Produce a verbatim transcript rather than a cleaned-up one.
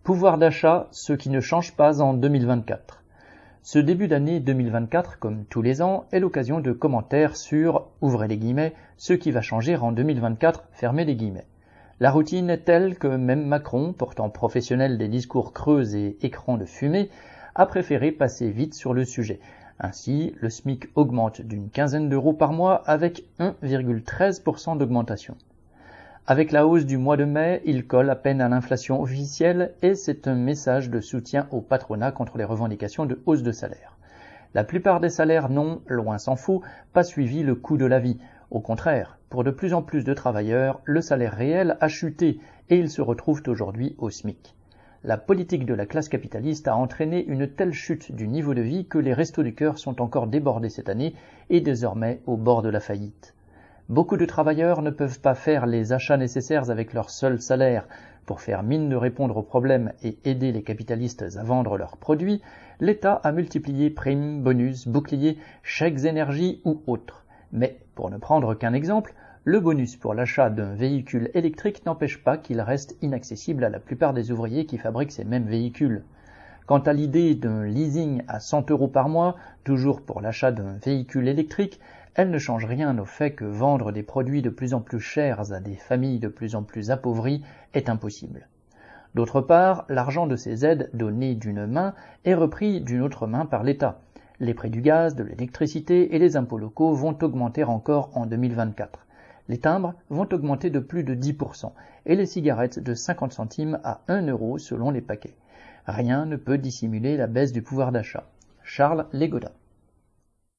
Pouvoir d'achat, ce qui ne change pas en deux mille vingt-quatre. Ce début d'année deux mille vingt-quatre, comme tous les ans, est l'occasion de commentaires sur, ouvrez les guillemets, ce qui va changer en deux mille vingt-quatre, fermez les guillemets. La routine est telle que même Macron, pourtant professionnel des discours creux et écrans de fumée, a préféré passer vite sur le sujet. Ainsi, le SMIC augmente d'une quinzaine d'euros par mois avec un virgule treize pour cent d'augmentation. Avec la hausse du mois de mai, il colle à peine à l'inflation officielle et c'est un message de soutien au patronat contre les revendications de hausse de salaire. La plupart des salaires n'ont, loin s'en faut, pas suivi le coût de la vie. Au contraire, pour de plus en plus de travailleurs, le salaire réel a chuté et ils se retrouvent aujourd'hui au SMIC. La politique de la classe capitaliste a entraîné une telle chute du niveau de vie que les restos du cœur sont encore débordés cette année et désormais au bord de la faillite. Beaucoup de travailleurs ne peuvent pas faire les achats nécessaires avec leur seul salaire. Pour faire mine de répondre aux problèmes et aider les capitalistes à vendre leurs produits, l'État a multiplié primes, bonus, boucliers, chèques énergie ou autres. Mais, pour ne prendre qu'un exemple, le bonus pour l'achat d'un véhicule électrique n'empêche pas qu'il reste inaccessible à la plupart des ouvriers qui fabriquent ces mêmes véhicules. Quant à l'idée d'un leasing à cent euros par mois, toujours pour l'achat d'un véhicule électrique, elle ne change rien au fait que vendre des produits de plus en plus chers à des familles de plus en plus appauvries est impossible. D'autre part, l'argent de ces aides données d'une main est repris d'une autre main par l'État. Les prix du gaz, de l'électricité et les impôts locaux vont augmenter encore en deux mille vingt-quatre. Les timbres vont augmenter de plus de dix pour cent et les cigarettes de cinquante centimes à un euro selon les paquets. Rien ne peut dissimuler la baisse du pouvoir d'achat. Charles Légoda.